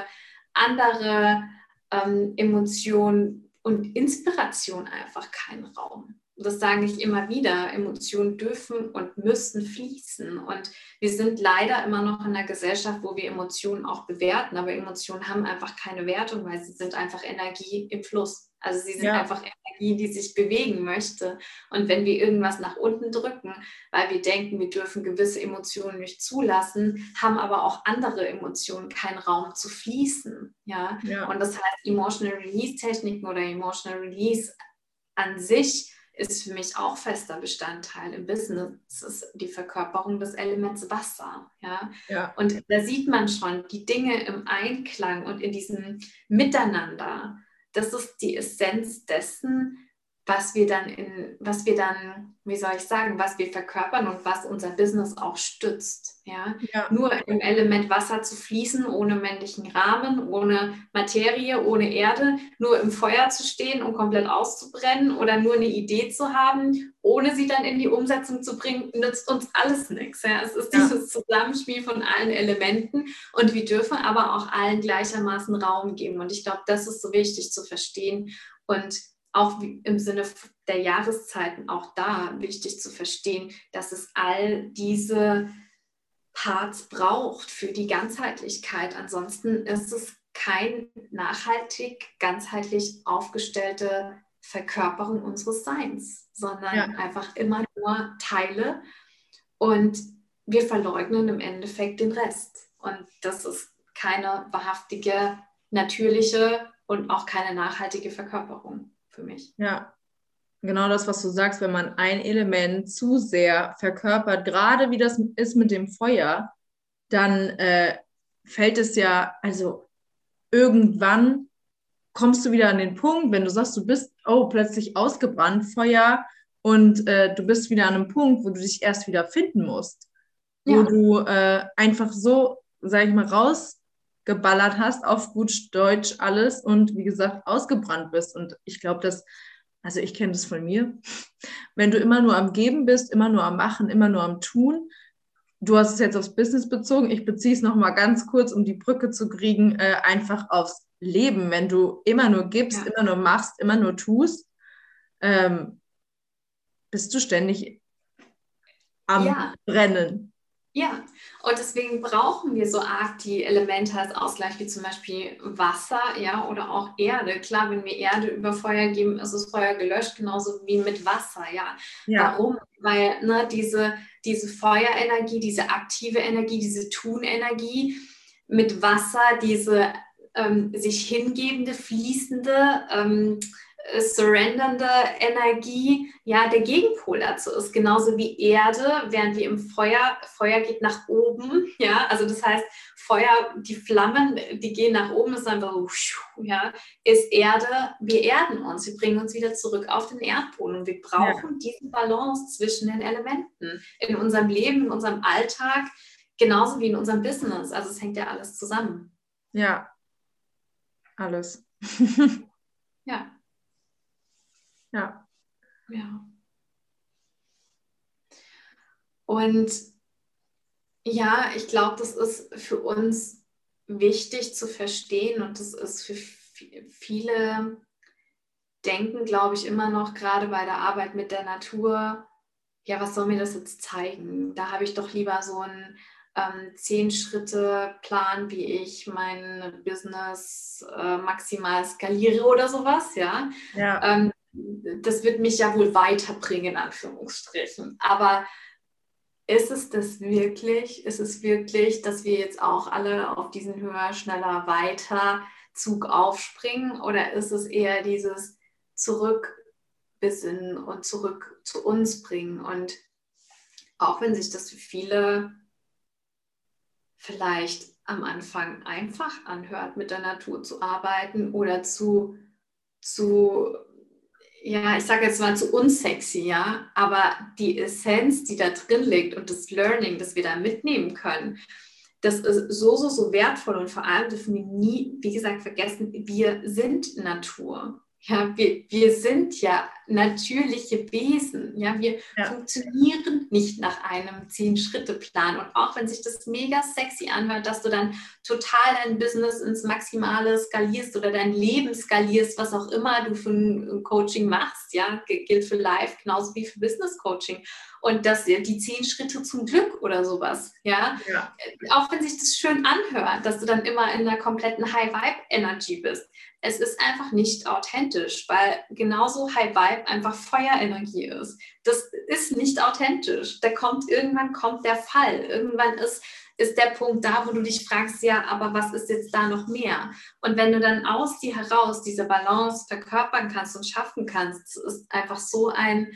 andere ähm, Emotionen und Inspiration einfach kein Raum. Das sage ich immer wieder, Emotionen dürfen und müssen fließen und wir sind leider immer noch in einer Gesellschaft, wo wir Emotionen auch bewerten, aber Emotionen haben einfach keine Wertung, weil sie sind einfach Energie im Fluss. Also sie sind ja. einfach Energie, die sich bewegen möchte und wenn wir irgendwas nach unten drücken, weil wir denken, wir dürfen gewisse Emotionen nicht zulassen, haben aber auch andere Emotionen keinen Raum zu fließen. Ja? Ja. Und das heißt, Emotional Release Techniken oder Emotional Release an sich ist für mich auch fester Bestandteil im Business. Das ist die Verkörperung des Elements Wasser. Ja? Ja. Und da sieht man schon die Dinge im Einklang und in diesem Miteinander. Das ist die Essenz dessen, was wir dann in, was wir dann, wie soll ich sagen, was wir verkörpern und was unser Business auch stützt. Ja? Ja. Nur im Element Wasser zu fließen, ohne männlichen Rahmen, ohne Materie, ohne Erde, nur im Feuer zu stehen und komplett auszubrennen oder nur eine Idee zu haben, ohne sie dann in die Umsetzung zu bringen, nützt uns alles nichts. Ja? Es ist ja. dieses Zusammenspiel von allen Elementen und wir dürfen aber auch allen gleichermaßen Raum geben. Und ich glaube, das ist so wichtig zu verstehen und auch im Sinne der Jahreszeiten auch da wichtig zu verstehen, dass es all diese Parts braucht für die Ganzheitlichkeit. Ansonsten ist es kein nachhaltig, ganzheitlich aufgestellte Verkörperung unseres Seins, sondern ja. einfach immer nur Teile und wir verleugnen im Endeffekt den Rest. Und das ist keine wahrhaftige, natürliche und auch keine nachhaltige Verkörperung. Für mich.
Ja, genau das, was du sagst, wenn man ein Element zu sehr verkörpert, gerade wie das ist mit dem Feuer, dann äh, fällt es ja, also irgendwann kommst du wieder an den Punkt, wenn du sagst, du bist, oh, plötzlich ausgebrannt, Feuer, und äh, du bist wieder an einem Punkt, wo du dich erst wieder finden musst, wo ja. du äh, einfach so, sag ich mal, raus geballert hast, auf gut Deutsch alles und wie gesagt, ausgebrannt bist. Und ich glaube, dass, also ich kenne das von mir, wenn du immer nur am Geben bist, immer nur am Machen, immer nur am Tun, du hast es jetzt aufs Business bezogen, ich beziehe es nochmal ganz kurz, um die Brücke zu kriegen, äh, einfach aufs Leben. Wenn du immer nur gibst, ja. immer nur machst, immer nur tust, ähm, bist du ständig am ja. Brennen.
Ja, und deswegen brauchen wir so arg die Elemente als Ausgleich, wie zum Beispiel Wasser, ja, oder auch Erde. Klar, wenn wir Erde über Feuer geben, ist das Feuer gelöscht, genauso wie mit Wasser, ja. ja. Warum? Weil ne, diese, diese Feuerenergie, diese aktive Energie, diese Tunenergie mit Wasser, diese ähm, sich hingebende, fließende, ähm, surrendernde Energie, ja, der Gegenpol dazu ist, genauso wie Erde, während wir im Feuer, Feuer geht nach oben, ja, also das heißt, Feuer, die Flammen, die gehen nach oben, ist einfach so, ja, ist Erde, wir erden uns, wir bringen uns wieder zurück auf den Erdboden und wir brauchen ja. diese Balance zwischen den Elementen in unserem Leben, in unserem Alltag, genauso wie in unserem Business. Also es hängt ja alles zusammen.
Ja, alles.
Ja.
Ja.
Ja. Und ja, ich glaube, das ist für uns wichtig zu verstehen und das ist für viele, denken, glaube ich, immer noch gerade bei der Arbeit mit der Natur, ja, was soll mir das jetzt zeigen? Da habe ich doch lieber so einen ähm, Zehn-Schritte-Plan, wie ich mein Business äh, maximal skaliere oder sowas, ja.
Ja.
Ähm, das wird mich ja wohl weiterbringen, in Anführungsstrichen. Aber ist es das wirklich? Ist es wirklich, dass wir jetzt auch alle auf diesen höher, schneller, weiter Zug aufspringen? Oder ist es eher dieses Zurückbesinnen und zurück zu uns bringen? Und auch wenn sich das für viele vielleicht am Anfang einfach anhört, mit der Natur zu arbeiten oder zu, zu ja, ich sage jetzt mal zu unsexy, ja, aber die Essenz, die da drin liegt und das Learning, das wir da mitnehmen können, das ist so, so, so wertvoll und vor allem dürfen wir nie, wie gesagt, vergessen, wir sind Natur. Ja, wir, wir sind ja natürliche Wesen. Ja, wir ja. funktionieren nicht nach einem Zehn-Schritte-Plan. Und auch wenn sich das mega sexy anhört, dass du dann total dein Business ins Maximale skalierst oder dein Leben skalierst, was auch immer du für ein Coaching machst, ja, gilt für Life genauso wie für Business Coaching. Und das, die zehn Schritte zum Glück oder sowas, ja? ja. Auch wenn sich das schön anhört, dass du dann immer in einer kompletten High-Vibe-Energy bist. Es ist einfach nicht authentisch, weil genauso High Vibe einfach Feuerenergie ist. Das ist nicht authentisch. Da kommt, irgendwann kommt der Fall. Irgendwann ist, ist der Punkt da, wo du dich fragst, ja, aber was ist jetzt da noch mehr? Und wenn du dann aus dir heraus diese Balance verkörpern kannst und schaffen kannst, ist einfach so ein,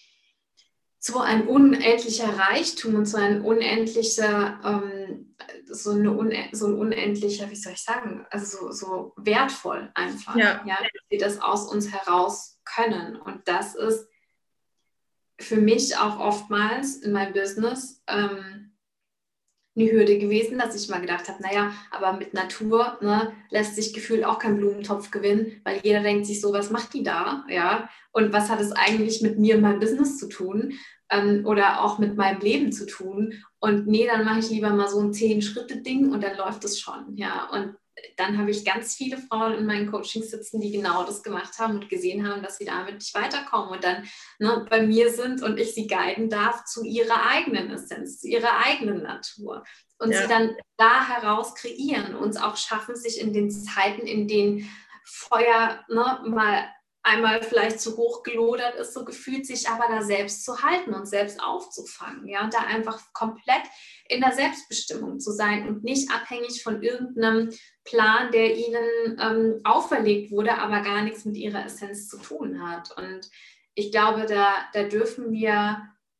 so ein unendlicher Reichtum und so ein unendlicher, ähm, so, eine une, so ein unendlicher, wie soll ich sagen, also so, so wertvoll einfach, ja. Ja, dass wir das aus uns heraus können. Und das ist für mich auch oftmals in meinem Business ähm, eine Hürde gewesen, dass ich mal gedacht habe, naja, aber mit Natur ne, lässt sich gefühlt auch kein Blumentopf gewinnen, weil jeder denkt sich so, was macht die da? Ja, und was hat es eigentlich mit mir und meinem Business zu tun? Ähm, oder auch mit meinem Leben zu tun? Und nee, dann mache ich lieber mal so ein Zehn-Schritte-Ding und dann läuft es schon. Ja, und dann habe ich ganz viele Frauen in meinen Coachings sitzen, die genau das gemacht haben und gesehen haben, dass sie damit nicht weiterkommen und dann ne, bei mir sind und ich sie guiden darf zu ihrer eigenen Essenz, zu ihrer eigenen Natur und ja. sie dann da heraus kreieren und auch schaffen, sich in den Zeiten, in denen Feuer ne, mal einmal vielleicht zu hoch gelodert ist, so gefühlt sich aber da selbst zu halten und selbst aufzufangen, ja, und da einfach komplett in der Selbstbestimmung zu sein und nicht abhängig von irgendeinem Plan, der ihnen ähm, auferlegt wurde, aber gar nichts mit ihrer Essenz zu tun hat. Und ich glaube, da, da dürfen wir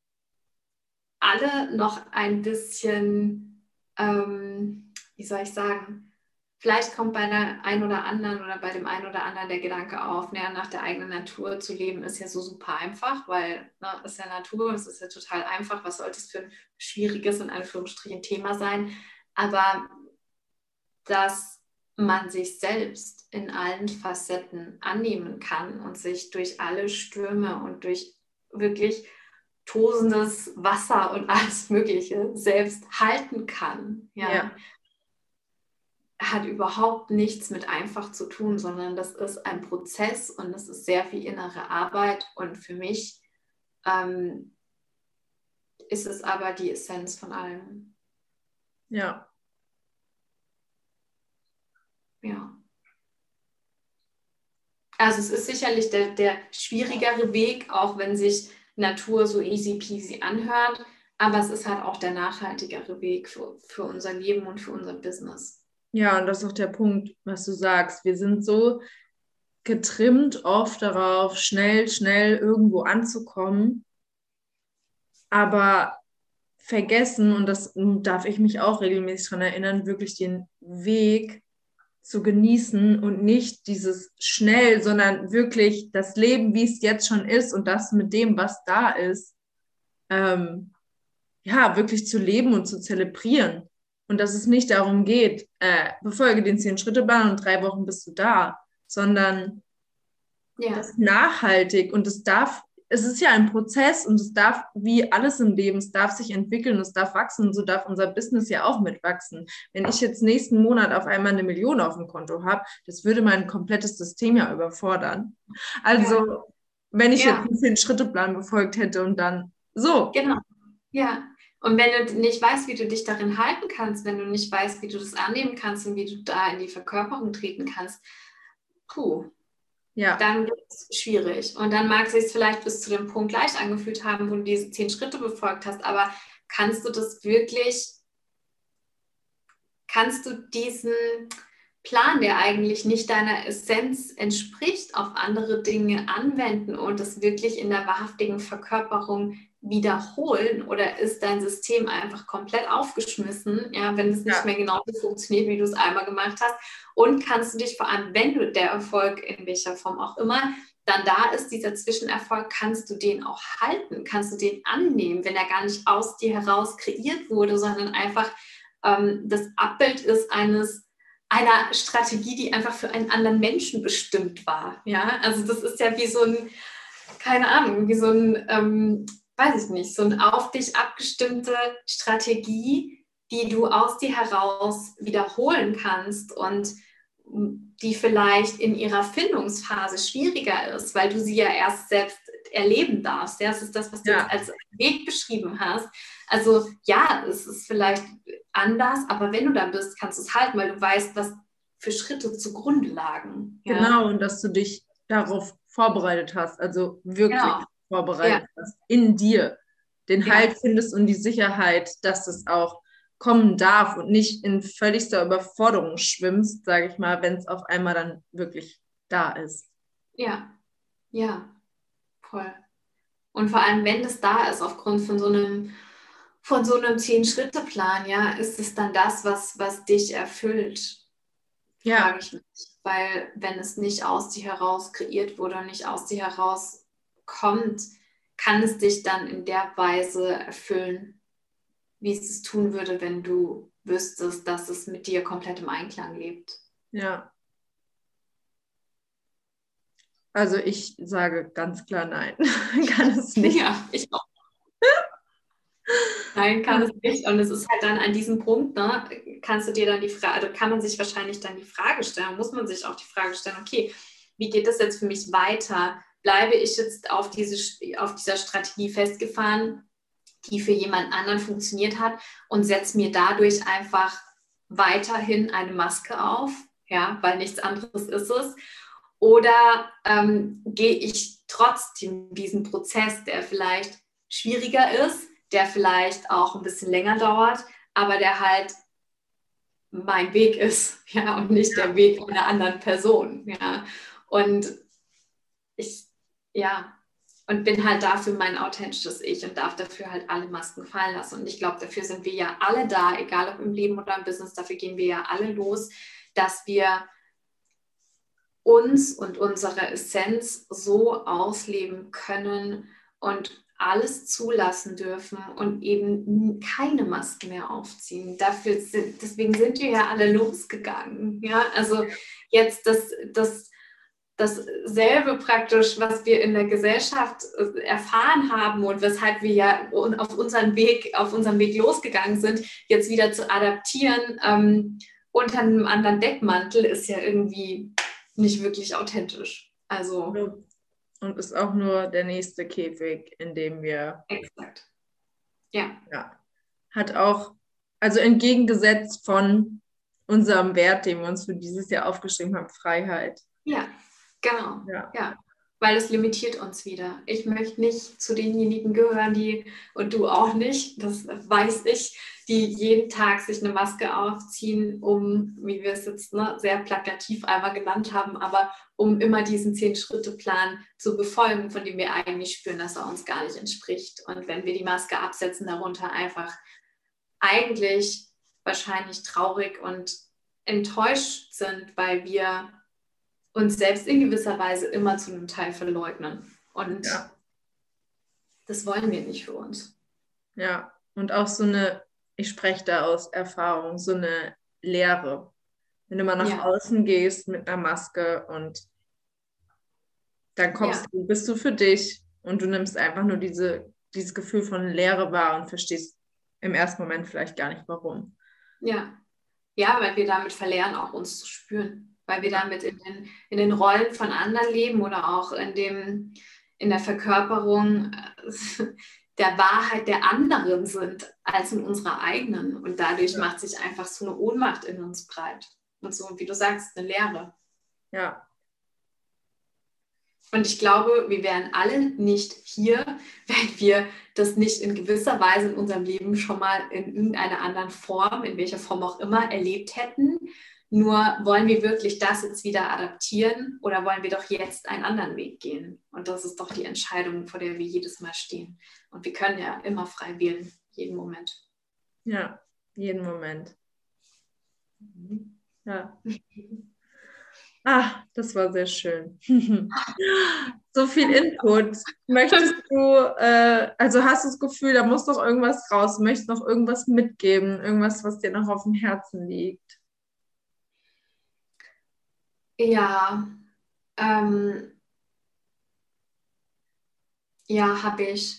alle noch ein bisschen, ähm, wie soll ich sagen, vielleicht kommt bei der einen oder anderen oder bei dem einen oder anderen der Gedanke auf, ja, nach der eigenen Natur zu leben, ist ja so super einfach, weil ne, ist ja Natur, es ist ja total einfach, was sollte es für ein schwieriges, in Anführungsstrichen, Thema sein, aber dass man sich selbst in allen Facetten annehmen kann und sich durch alle Stürme und durch wirklich tosendes Wasser und alles Mögliche selbst halten kann, ja. ja. hat überhaupt nichts mit einfach zu tun, sondern das ist ein Prozess und das ist sehr viel innere Arbeit und für mich ähm, ist es aber die Essenz von allem.
Ja.
Ja. Also es ist sicherlich der, der schwierigere Weg, auch wenn sich Natur so easy peasy anhört, aber es ist halt auch der nachhaltigere Weg für, für unser Leben und für unser Business.
Ja, und das ist auch der Punkt, was du sagst. Wir sind so getrimmt oft darauf, schnell, schnell irgendwo anzukommen. Aber vergessen, und das darf ich mich auch regelmäßig daran erinnern, wirklich den Weg zu genießen und nicht dieses schnell, sondern wirklich das Leben, wie es jetzt schon ist und das mit dem, was da ist, ähm, ja, wirklich zu leben und zu zelebrieren. Und dass es nicht darum geht, äh, befolge den zehn-Schritte-Plan und drei Wochen bist du da, sondern
Ja.
das nachhaltig, und es darf, es ist ja ein Prozess und es darf, wie alles im Leben, es darf sich entwickeln, es darf wachsen, und so darf unser Business ja auch mitwachsen. Wenn ich jetzt nächsten Monat auf einmal eine Million auf dem Konto habe, das würde mein komplettes System ja überfordern. Also,
Ja.
wenn ich
Ja.
jetzt einen zehn-Schritte-Plan befolgt hätte und dann so.
Genau, ja. Und wenn du nicht weißt, wie du dich darin halten kannst, wenn du nicht weißt, wie du das annehmen kannst und wie du da in die Verkörperung treten kannst, puh,
Ja.
dann wird es schwierig. Und dann mag es sich vielleicht bis zu dem Punkt leicht angefühlt haben, wo du diese zehn Schritte befolgt hast, aber kannst du das wirklich, kannst du diesen Plan, der eigentlich nicht deiner Essenz entspricht, auf andere Dinge anwenden und das wirklich in der wahrhaftigen Verkörperung wiederholen, oder ist dein System einfach komplett aufgeschmissen, ja, wenn es nicht
Ja.
mehr genau so funktioniert, wie du es einmal gemacht hast, und kannst du dich vor allem, wenn du der Erfolg in welcher Form auch immer dann da ist, dieser Zwischenerfolg, kannst du den auch halten, kannst du den annehmen, wenn er gar nicht aus dir heraus kreiert wurde, sondern einfach ähm, das Abbild ist eines einer Strategie, die einfach für einen anderen Menschen bestimmt war. Ja, also das ist ja wie so ein, keine Ahnung, wie so ein, ähm, weiß ich nicht, so eine auf dich abgestimmte Strategie, die du aus dir heraus wiederholen kannst und die vielleicht in ihrer Findungsphase schwieriger ist, weil du sie ja erst selbst erleben darfst. Das ist das, was du
Ja.
jetzt als Weg beschrieben hast. Also ja, es ist vielleicht anders, aber wenn du da bist, kannst du es halten, weil du weißt, was für Schritte zugrunde lagen. Ja?
Genau, und dass du dich darauf vorbereitet hast, also wirklich
Genau.
vorbereitet
Ja.
hast, in dir den
Ja.
Halt findest und die Sicherheit, dass es auch kommen darf und nicht in völligster Überforderung schwimmst, sage ich mal, wenn es auf einmal dann wirklich da ist.
Ja, ja, voll. Und vor allem, wenn es da ist, aufgrund von so einem von so einem Zehn-Schritte-Plan, ja, ist es dann das, was, was dich erfüllt,
Ja.
frage ich mich. Weil wenn es nicht aus dir heraus kreiert wurde und nicht aus dir heraus kommt, kann es dich dann in der Weise erfüllen, wie es es tun würde, wenn du wüsstest, dass es mit dir komplett im Einklang lebt.
Ja. Also ich sage ganz klar nein. Kann es nicht.
Ja, ich auch. Nein, kann es nicht. Und es ist halt dann an diesem Punkt, ne, kannst du dir dann die Frage, kann man sich wahrscheinlich dann die Frage stellen, muss man sich auch die Frage stellen, okay, wie geht das jetzt für mich weiter? Bleibe ich jetzt auf, diese, auf dieser Strategie festgefahren, die für jemand anderen funktioniert hat, und setze mir dadurch einfach weiterhin eine Maske auf, ja, weil nichts anderes ist es? Oder ähm, gehe ich trotzdem diesen Prozess, der vielleicht schwieriger ist, der vielleicht auch ein bisschen länger dauert, aber der halt mein Weg ist, ja, und nicht
Ja.
der Weg einer anderen Person, ja. Und ich, ja, und bin halt dafür mein authentisches Ich und darf dafür halt alle Masken fallen lassen. Und ich glaube, dafür sind wir ja alle da, egal ob im Leben oder im Business, dafür gehen wir ja alle los, dass wir uns und unsere Essenz so ausleben können und alles zulassen dürfen und eben keine Maske mehr aufziehen. Dafür sind, deswegen sind wir ja alle losgegangen. Ja? Also jetzt das, das, dasselbe praktisch, was wir in der Gesellschaft erfahren haben und weshalb wir ja auf unseren Weg, auf unserem Weg losgegangen sind, jetzt wieder zu adaptieren ähm, unter einem anderen Deckmantel, ist ja irgendwie nicht wirklich authentisch. Also
und ist auch nur der nächste Käfig, in dem wir...
Exakt. Ja.
Ja. Hat auch, also entgegengesetzt von unserem Wert, den wir uns für dieses Jahr aufgeschrieben haben, Freiheit.
Ja, genau.
Ja.
Ja. weil es limitiert uns wieder. Ich möchte nicht zu denjenigen gehören, die, und du auch nicht, das weiß ich, die jeden Tag sich eine Maske aufziehen, um, wie wir es jetzt ne, sehr plakativ einmal genannt haben, aber um immer diesen Zehn-Schritte-Plan zu befolgen, von dem wir eigentlich spüren, dass er uns gar nicht entspricht. Und wenn wir die Maske absetzen, darunter einfach eigentlich wahrscheinlich traurig und enttäuscht sind, weil wir uns selbst in gewisser Weise immer zu einem Teil verleugnen. Und
Ja.
das wollen wir nicht für uns.
Ja, und auch so eine, ich spreche da aus Erfahrung, so eine Leere. Wenn du mal nach
Ja.
außen gehst mit einer Maske und dann kommst
Ja.
du, bist du für dich und du nimmst einfach nur diese, dieses Gefühl von Leere wahr und verstehst im ersten Moment vielleicht gar nicht, warum.
Ja. Ja, weil wir damit verlernen, auch uns zu spüren. Weil wir damit in den, in den Rollen von anderen leben oder auch in, dem, in der Verkörperung der Wahrheit der anderen sind, als in unserer eigenen. Und dadurch
Ja.
macht sich einfach so eine Ohnmacht in uns breit. Und so, wie du sagst, eine Leere.
Ja.
Und ich glaube, wir wären alle nicht hier, wenn wir das nicht in gewisser Weise in unserem Leben schon mal in irgendeiner anderen Form, in welcher Form auch immer, erlebt hätten. Nur wollen wir wirklich das jetzt wieder adaptieren oder wollen wir doch jetzt einen anderen Weg gehen? Und das ist doch die Entscheidung, vor der wir jedes Mal stehen. Und wir können ja immer frei wählen, jeden Moment.
Ja, jeden Moment. Ja. Ah, das war sehr schön. So viel Input. Möchtest du, äh, also hast du das Gefühl, da muss noch irgendwas raus, möchtest noch irgendwas mitgeben, irgendwas, was dir noch auf dem Herzen liegt?
Ja, ähm, ja, habe ich.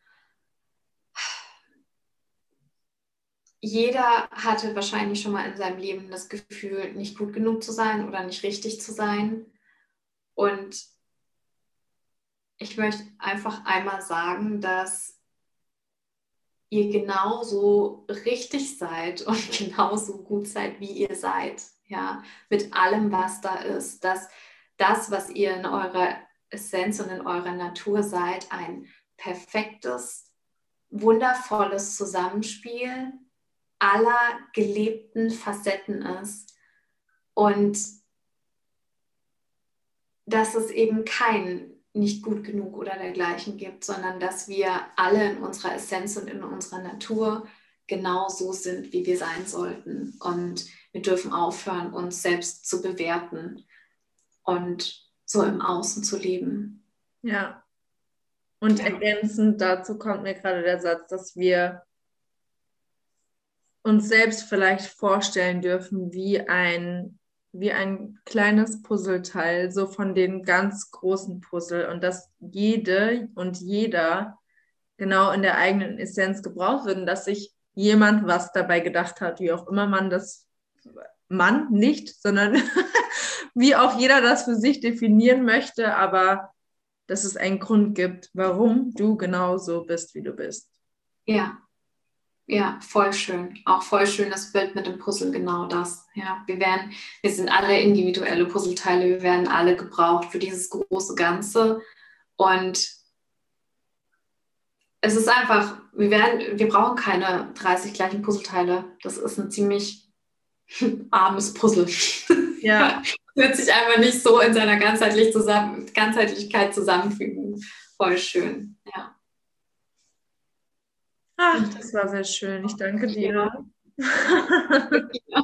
Jeder hatte wahrscheinlich schon mal in seinem Leben das Gefühl, nicht gut genug zu sein oder nicht richtig zu sein. Und ich möchte einfach einmal sagen, dass ihr genauso richtig seid und genauso gut seid, wie ihr seid. Ja, mit allem, was da ist. Dass das, was ihr in eurer Essenz und in eurer Natur seid, ein perfektes, wundervolles Zusammenspiel aller gelebten Facetten ist und dass es eben kein nicht gut genug oder dergleichen gibt, sondern dass wir alle in unserer Essenz und in unserer Natur genau so sind, wie wir sein sollten. Und wir dürfen aufhören, uns selbst zu bewerten und so im Außen zu leben.
Ja. Und
Ja.
ergänzend dazu kommt mir gerade der Satz, dass wir uns selbst vielleicht vorstellen dürfen, wie ein, wie ein kleines Puzzleteil, so von dem ganz großen Puzzle und dass jede und jeder genau in der eigenen Essenz gebraucht wird und dass sich jemand was dabei gedacht hat, wie auch immer man das, Mann nicht, sondern wie auch jeder das für sich definieren möchte, aber dass es einen Grund gibt, warum du genau so bist, wie du bist.
Ja. Ja, voll schön. Auch voll schön das Bild mit dem Puzzle, genau das. Ja, wir werden, wir sind alle individuelle Puzzleteile, wir werden alle gebraucht für dieses große Ganze. Und es ist einfach, wir werden, wir brauchen keine dreißig gleichen Puzzleteile. Das ist ein ziemlich armes Puzzle.
Ja.
Wird sich einfach nicht so in seiner Ganzheitlich zusammen, Ganzheitlichkeit zusammenfügen. Voll schön, ja.
Ach, das war sehr schön. Ich danke dir.
Ja.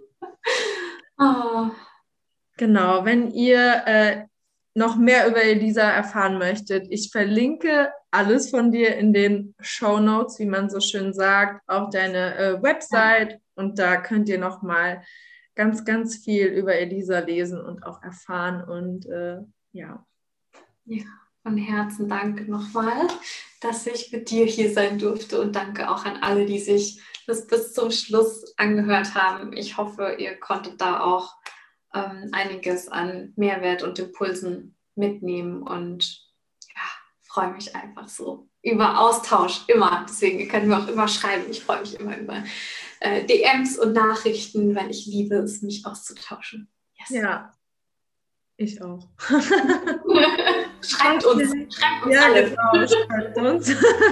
Oh.
Genau, wenn ihr äh, noch mehr über Elisa erfahren möchtet, ich verlinke alles von dir in den Shownotes, wie man so schön sagt, auch deine äh, Website und da könnt ihr noch mal ganz, ganz viel über Elisa lesen und auch erfahren und äh, ja.
Ja, von Herzen danke nochmal, dass ich mit dir hier sein durfte und danke auch an alle, die sich das bis zum Schluss angehört haben. Ich hoffe, ihr konntet da auch ähm, einiges an Mehrwert und Impulsen mitnehmen und ja, freue mich einfach so über Austausch, immer. Deswegen, ihr könnt mir auch immer schreiben. Ich freue mich immer über äh, D Ms und Nachrichten, weil ich liebe es, mich auszutauschen. Yes.
Ja, ich auch.
Schreibt uns, schreibt uns
ja,
alles.
genau, schreibt uns.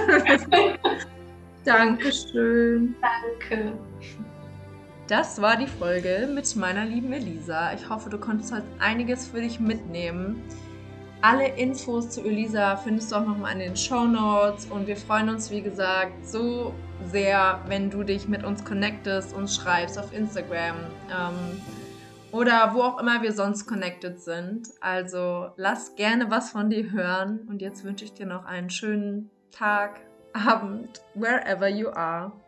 Dankeschön.
Danke.
Das war die Folge mit meiner lieben Elisa. Ich hoffe, du konntest heute einiges für dich mitnehmen. Alle Infos zu Elisa findest du auch nochmal in den Shownotes und wir freuen uns, wie gesagt, so sehr, wenn du dich mit uns connectest, uns schreibst auf Instagram ähm, oder wo auch immer wir sonst connected sind. Also lass gerne was von dir hören und jetzt wünsche ich dir noch einen schönen Tag, Abend, wherever you are.